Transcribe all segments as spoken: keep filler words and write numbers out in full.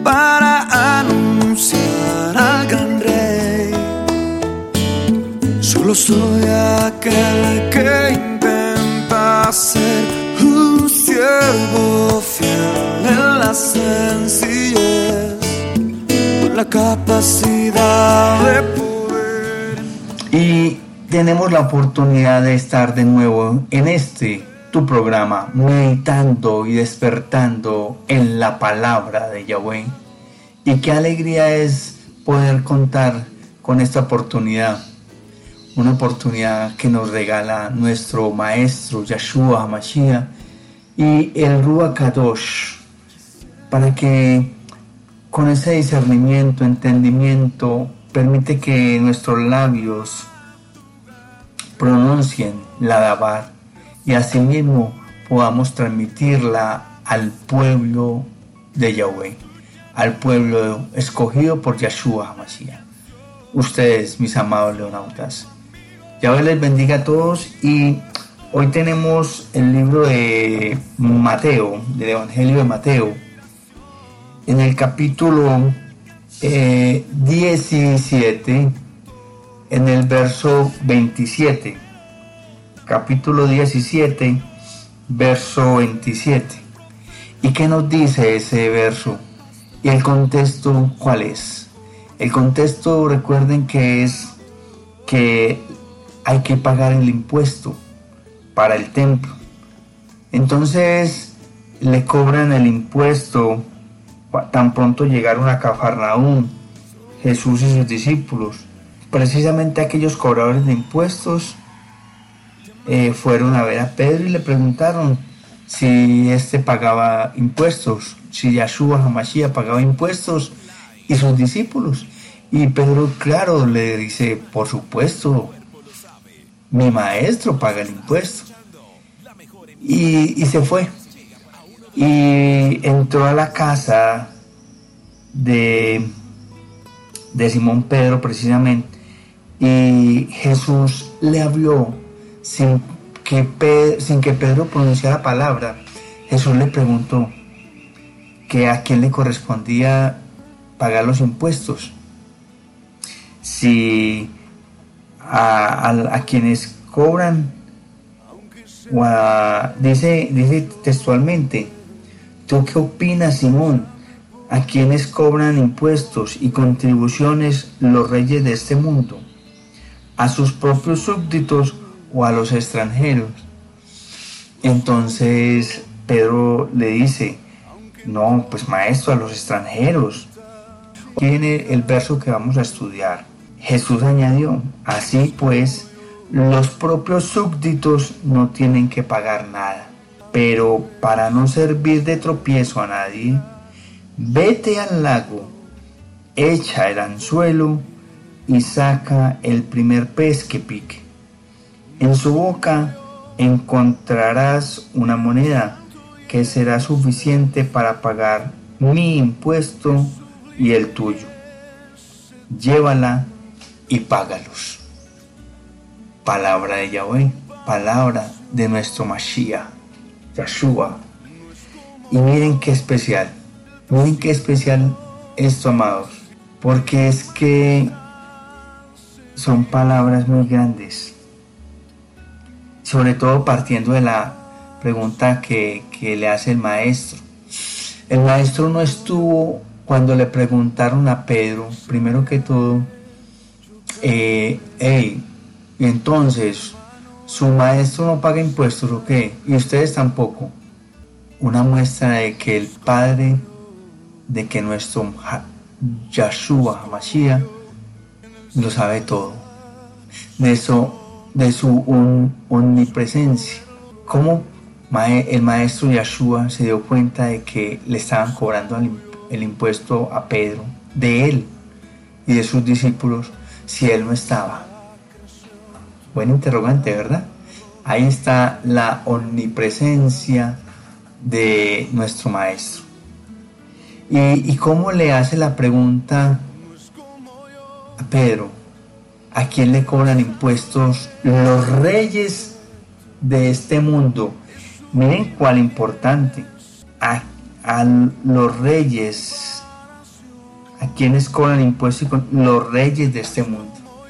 para anunciar al gran rey. Solo soy aquel que intenta ser un siervo fiel en la sencillez, con la capacidad de poder. Y tenemos la oportunidad de estar de nuevo en este tu programa, meditando y despertando en la palabra de Yahweh. Y qué alegría es poder contar con esta oportunidad, una oportunidad que nos regala nuestro maestro Yahshua HaMashiach y el Ruach Kadosh, para que con ese discernimiento, entendimiento, permite que nuestros labios pronuncien la Dabar y asimismo podamos transmitirla al pueblo de Yahweh, al pueblo escogido por Yahshua HaMashiach. Ustedes, mis amados leonautas, Yahweh les bendiga a todos. Y hoy tenemos el libro de Mateo, del Evangelio de Mateo, en el capítulo eh, diecisiete, en el verso veintisiete. Capítulo diecisiete, verso veintisiete. ¿Y qué nos dice ese verso? ¿Y el contexto cuál es? El contexto, recuerden que es que hay que pagar el impuesto para el templo. Entonces le cobran el impuesto. Tan pronto llegaron a Cafarnaúm Jesús y sus discípulos, precisamente aquellos cobradores de impuestos eh, fueron a ver a Pedro y le preguntaron si éste pagaba impuestos, si Yahshua HaMashiach pagaba impuestos y sus discípulos. Y Pedro, claro, le dice: por supuesto, mi maestro paga el impuesto. Y, y se fue. Y entró a la casa de, de Simón Pedro precisamente, y Jesús le habló sin que, Pedro, sin que Pedro pronunciara palabra. Jesús le preguntó que a quién le correspondía pagar los impuestos, si a, a, a quienes cobran, o a, dice, dice textualmente: ¿tú qué opinas, Simón? ¿A quienes cobran impuestos y contribuciones los reyes de este mundo? ¿A sus propios súbditos o a los extranjeros? Entonces Pedro le dice: no, pues maestro, a los extranjeros. Viene el verso que vamos a estudiar. Jesús añadió: así pues, los propios súbditos no tienen que pagar nada. Pero para no servir de tropiezo a nadie, vete al lago, echa el anzuelo y saca el primer pez que pique. En su boca encontrarás una moneda que será suficiente para pagar mi impuesto y el tuyo. Llévala y págalos. Palabra de Yahweh, palabra de nuestro Mashiach, Yahshua. Y miren qué especial, miren qué especial esto, amados, porque es que son palabras muy grandes, sobre todo partiendo de la pregunta que, que le hace el maestro. El maestro no estuvo cuando le preguntaron a Pedro, primero que todo, eh, hey, entonces, ¿su maestro no paga impuestos o qué? Y ustedes tampoco. Una muestra de que el Padre, de que nuestro Yahshua HaMashiach lo sabe todo, de su, de su un, omnipresencia. ¿Cómo el maestro Yahshua se dio cuenta de que le estaban cobrando el impuesto a Pedro, de él y de sus discípulos, si él no estaba? Buen interrogante, ¿verdad? Ahí está la omnipresencia de nuestro maestro. ¿Y, y cómo le hace la pregunta a Pedro? ¿A quién le cobran impuestos los reyes de este mundo? Miren cuál importante. A, a los reyes ¿A quiénes cobran impuestos? Los reyes de este mundo.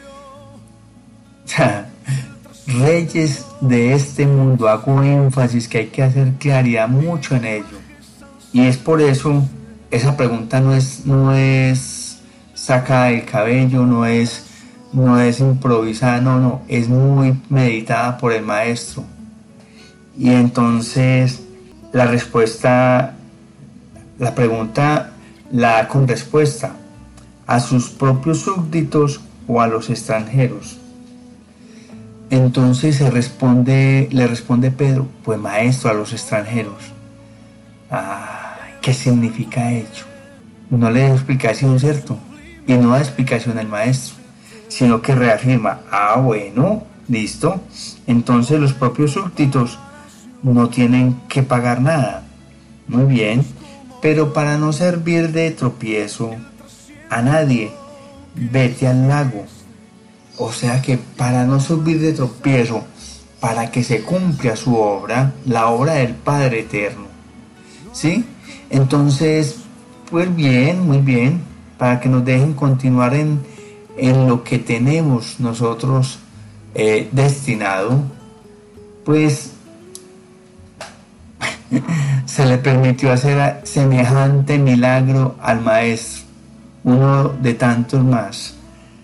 Reyes de este mundo. Hago énfasis que hay que hacer claridad mucho en ello. Y es por eso, esa pregunta no es, no es sacada del cabello, no es, no es improvisada, no, no, es muy meditada por el maestro. Y entonces la respuesta, la pregunta la da con respuesta: a sus propios súbditos o a los extranjeros. Entonces se responde, le responde Pedro: pues maestro, a los extranjeros. Ah, ¿qué significa ello? No le da explicación, ¿cierto? Y no da explicación el maestro, sino que reafirma: ah, bueno, listo. Entonces los propios súbditos no tienen que pagar nada. Muy bien, pero para no servir de tropiezo a nadie, vete al lago. O sea que para no servir de tropiezo, para que se cumpla su obra, la obra del Padre Eterno, ¿sí? Entonces, pues bien, muy bien, para que nos dejen continuar en, en lo que tenemos nosotros eh, destinado, pues se le permitió hacer semejante milagro al maestro, uno de tantos más,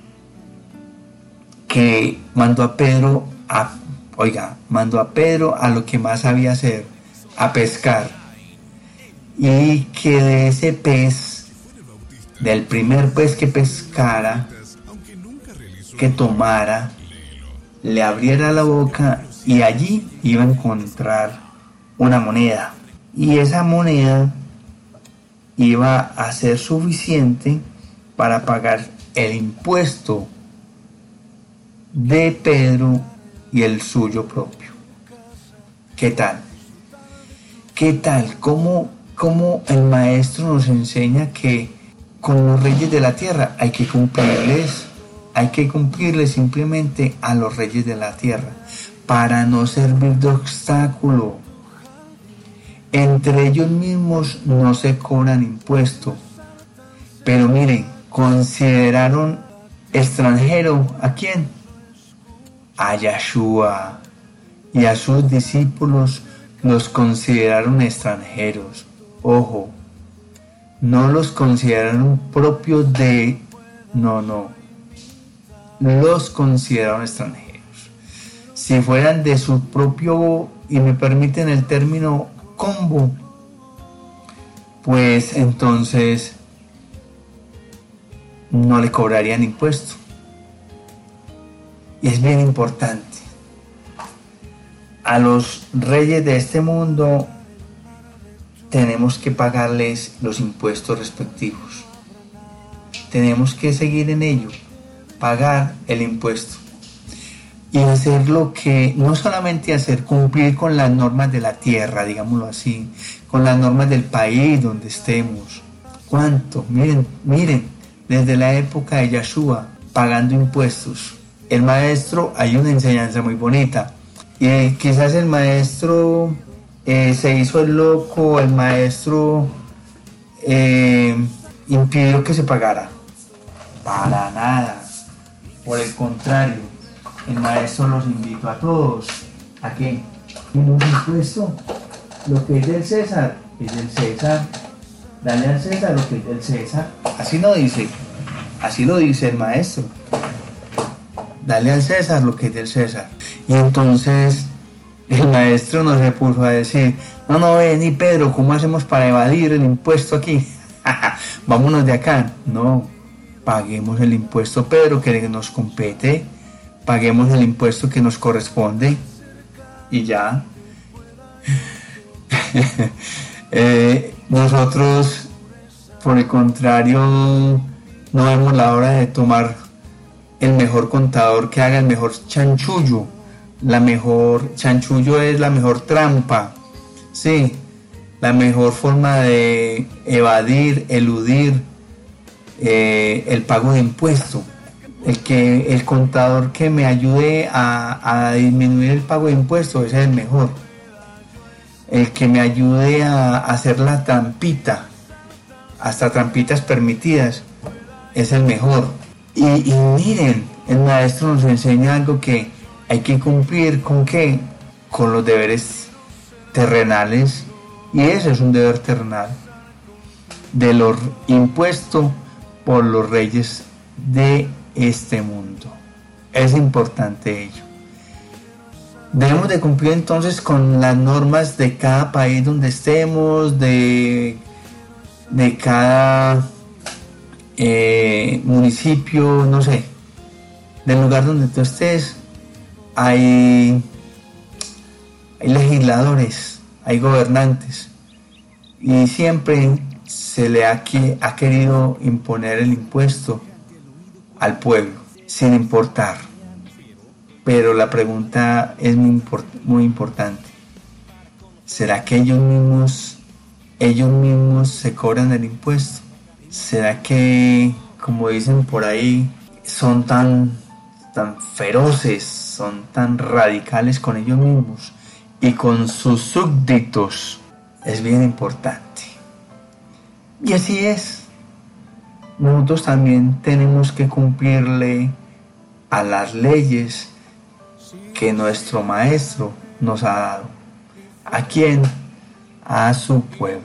que mandó a Pedro a, oiga, mandó a Pedro a lo que más sabía hacer, a pescar, y que de ese pez, del primer pez que pescara, que tomara, le abriera la boca y allí iba a encontrar una moneda, y esa moneda iba a ser suficiente para pagar el impuesto de Pedro y el suyo propio. ¿Qué tal? ¿Qué tal? ¿Cómo, cómo el maestro nos enseña que con los reyes de la tierra hay que cumplirles, hay que cumplirles simplemente a los reyes de la tierra, para no servir de obstáculo? Entre ellos mismos no se cobran impuestos, pero miren, consideraron extranjero ¿a quién? A Yeshua, y a sus discípulos los consideraron extranjeros. Ojo, no los consideraron propios de, no, no, los consideraron extranjeros. Si fueran de su propio, y me permiten el término, combo, pues entonces no le cobrarían impuesto. Y es bien importante, a los reyes de este mundo tenemos que pagarles los impuestos respectivos, tenemos que seguir en ello, pagar el impuesto y hacer lo que, no solamente hacer, cumplir con las normas de la tierra, digámoslo así, con las normas del país donde estemos. ¿Cuánto? Miren, miren, desde la época de Yeshua, pagando impuestos. El maestro, hay una enseñanza muy bonita, y eh, quizás el maestro eh, se hizo el loco, el maestro eh, impidió que se pagara. Para nada, por el contrario, el maestro los invitó a todos a que en un impuesto, lo que es del César es del César, dale al César lo que es del César. Así lo dice, así lo dice el maestro, dale al César lo que es del César. Y entonces el maestro no se puso a decir: no, no, ven, y Pedro, ¿cómo hacemos para evadir el impuesto aquí? Vámonos de acá. No, paguemos el impuesto, Pedro, que nos compete, paguemos el impuesto que nos corresponde y ya. eh, nosotros, por el contrario, no vemos la hora de tomar el mejor contador que haga el mejor chanchullo. La mejor chanchullo es la mejor trampa, sí, la mejor forma de evadir, eludir eh, el pago de impuestos. El que el contador que me ayude a, a disminuir el pago de impuestos, ese es el mejor. El que me ayude a, a hacer la trampita hasta trampitas permitidas, es el mejor. Y, y miren, el maestro nos enseña algo que hay que cumplir con qué, con los deberes terrenales, y ese es un deber terrenal, de lo impuesto por los reyes de este mundo. Es importante ello. Debemos de cumplir entonces con las normas de cada país donde estemos, de, de cada eh, municipio, no sé, del lugar donde tú estés. Hay, hay legisladores, hay gobernantes, y siempre se le ha, ha querido imponer el impuesto al pueblo, sin importar. Pero la pregunta es muy, import, muy importante. ¿Será que ellos mismos, ellos mismos se cobran el impuesto? ¿Será que, como dicen por ahí, son tan, tan feroces, son tan radicales con ellos mismos y con sus súbditos? Es bien importante. Y así es. Nosotros también tenemos que cumplirle a las leyes que nuestro maestro nos ha dado. ¿A quién? A su pueblo.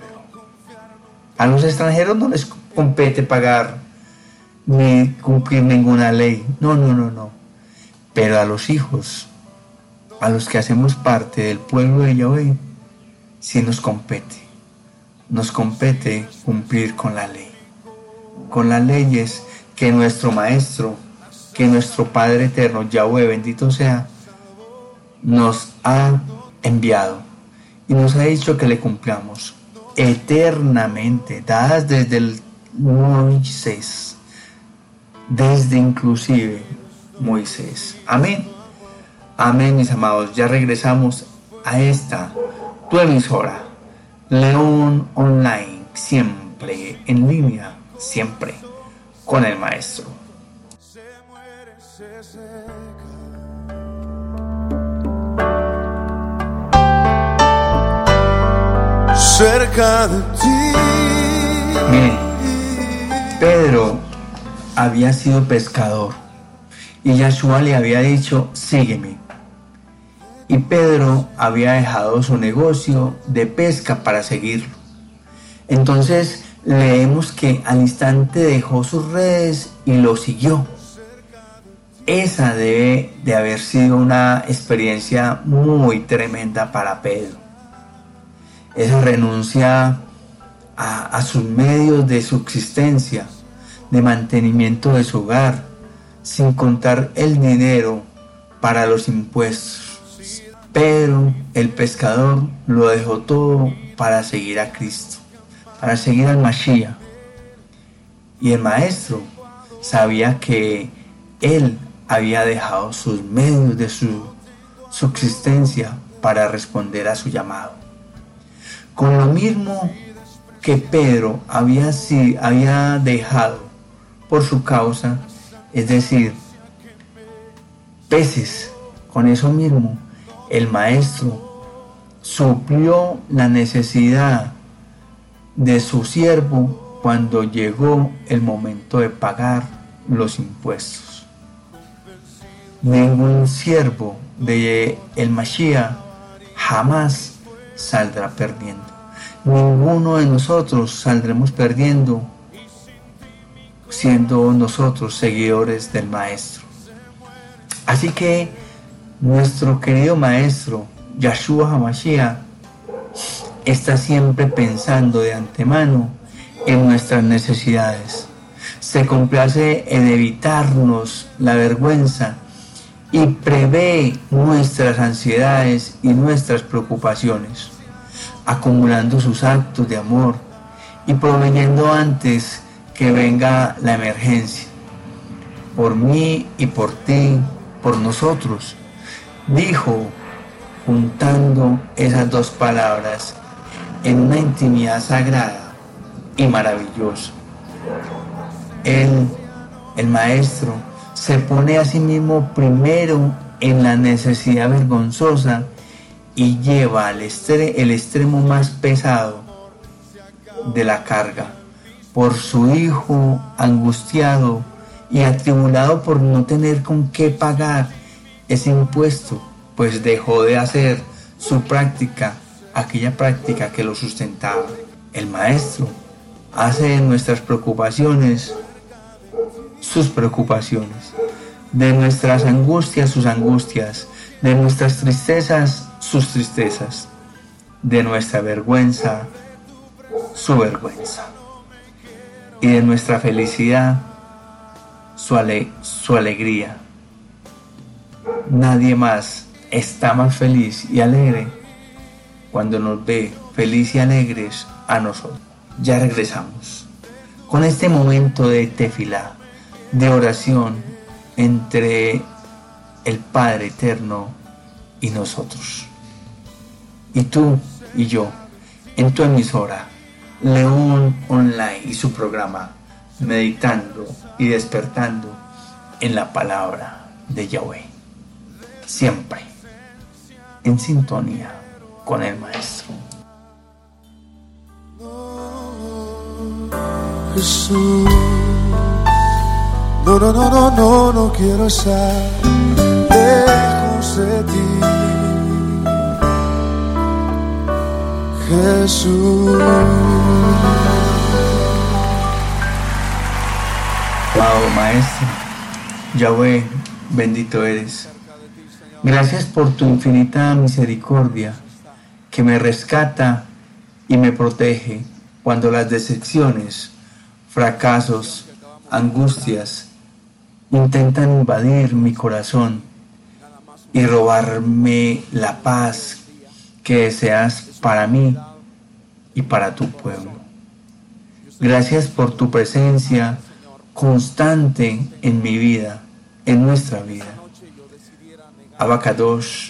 A los extranjeros no les compete pagar ni cumplir ninguna ley. No, no, no, no. Pero a los hijos, a los que hacemos parte del pueblo de Yahvé, sí nos compete. Nos compete cumplir con la ley. Con las leyes que nuestro maestro, que nuestro Padre eterno, Yahvé, bendito sea, nos ha enviado y nos ha dicho que le cumplamos eternamente, dadas desde el Moisés, desde inclusive Moisés. Amén. Amén, mis amados. Ya regresamos a esta, tu emisora, León Online, siempre en línea, siempre con el maestro. Se muere, se seca. Cerca de ti. Miren, Pedro había sido pescador y Yahshua le había dicho, sígueme. Y Pedro había dejado su negocio de pesca para seguirlo. Entonces leemos que al instante dejó sus redes y lo siguió. Esa debe de haber sido una experiencia muy tremenda para Pedro. Esa renuncia a, a sus medios de subsistencia, de mantenimiento de su hogar, sin contar el dinero para los impuestos. Pedro, el pescador, lo dejó todo para seguir a Cristo, para seguir al Mashiach. Y el maestro sabía que él había dejado sus medios de su subsistencia para responder a su llamado. Con lo mismo que Pedro había, sí, había dejado por su causa, es decir, peces, con eso mismo, el maestro suplió la necesidad de su siervo cuando llegó el momento de pagar los impuestos. Ningún siervo de el Mashiach jamás saldrá perdiendo. Ninguno de nosotros saldremos perdiendo siendo nosotros seguidores del maestro. Así que nuestro querido maestro Yahshua HaMashiach está siempre pensando de antemano en nuestras necesidades. Se complace en evitarnos la vergüenza y prevé nuestras ansiedades y nuestras preocupaciones, acumulando sus actos de amor y proveyendo antes que venga la emergencia, por mí y por ti, por nosotros, dijo, juntando esas dos palabras en una intimidad sagrada y maravillosa. Él, el maestro, se pone a sí mismo primero en la necesidad vergonzosa y lleva al estre- el extremo más pesado de la carga, por su hijo angustiado y atribulado por no tener con qué pagar ese impuesto, pues dejó de hacer su práctica, aquella práctica que lo sustentaba. El Maestro hace de nuestras preocupaciones sus preocupaciones, de nuestras angustias sus angustias, de nuestras tristezas sus tristezas, de nuestra vergüenza su vergüenza, y de nuestra felicidad su, ale- su alegría. Nadie más está más feliz y alegre cuando nos ve feliz y alegres a nosotros. Ya regresamos con este momento de tefilá, de oración entre el Padre Eterno y nosotros. Y tú y yo, en tu emisora, León Online y su programa, meditando y despertando en la palabra de Yahweh. Siempre en sintonía con el Maestro. Jesús, no, no, no, no, no, no quiero estar lejos de ti. Jesús. Amado Maestro, Yahweh, bendito eres. Gracias por tu infinita misericordia que me rescata y me protege cuando las decepciones, fracasos, angustias intentan invadir mi corazón y robarme la paz que deseas para mí y para tu pueblo. Gracias por tu presencia constante en mi vida, en nuestra vida. Abacadosh,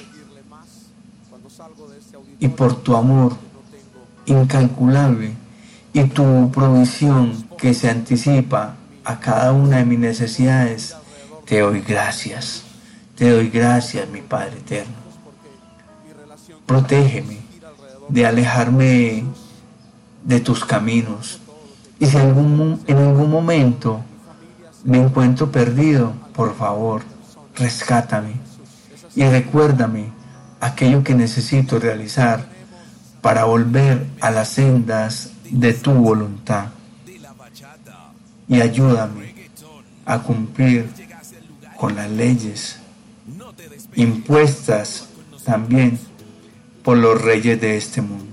y por tu amor incalculable y tu provisión que se anticipa a cada una de mis necesidades, te doy gracias, te doy gracias, mi Padre eterno. Protégeme de alejarme de tus caminos, y si algún, en algún momento me encuentro perdido, por favor, rescátame y recuérdame aquello que necesito realizar para volver a las sendas de tu voluntad, y ayúdame a cumplir con las leyes impuestas también por los reyes de este mundo.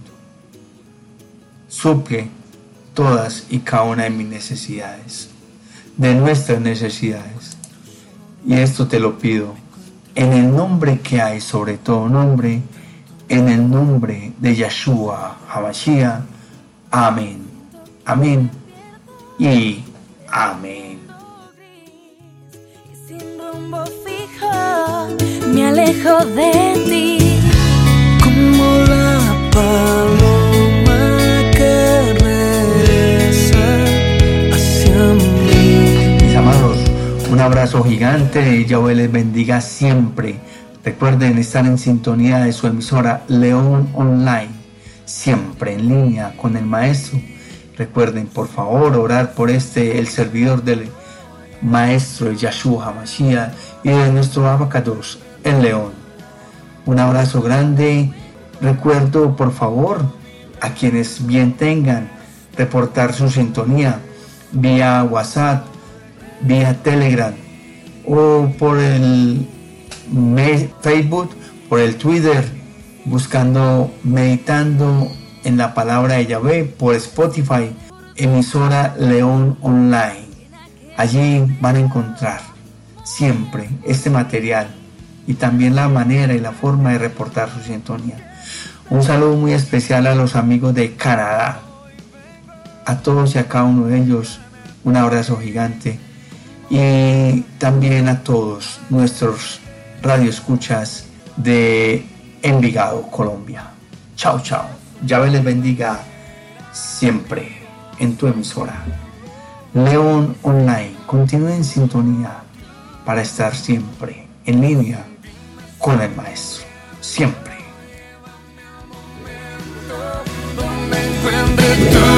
Suple todas y cada una de mis necesidades, de nuestras necesidades, y esto te lo pido en el nombre que hay sobre todo nombre, en el nombre de Yeshua HaMashiach. Amén, amén y amén. Sin rumbo fijo, me alejo de ti, como la paloma que regresa hacia mí. Mis amados, un abrazo gigante, Yahweh les bendiga siempre. Recuerden estar en sintonía de su emisora León Online, siempre en línea con el Maestro. Recuerden, por favor, orar por este, el servidor del Maestro Yeshua HaMashiach y de nuestro Abacados en León. Un abrazo grande. Recuerdo, por favor, a quienes bien tengan, reportar su sintonía vía WhatsApp, vía Telegram o por el Facebook, por el Twitter, buscando Meditando en la Palabra de Yahweh, por Spotify, emisora León Online. Allí van a encontrar siempre este material y también la manera y la forma de reportar su sintonía. Un saludo muy especial a los amigos de Canadá, a todos y a cada uno de ellos un abrazo gigante, y también a todos nuestros radioescuchas de Envigado, Colombia. Chao, chao. Yahweh les bendiga siempre en tu emisora León Online. Continúe en sintonía para estar siempre en línea con el Maestro. Siempre. Donde encuentre tu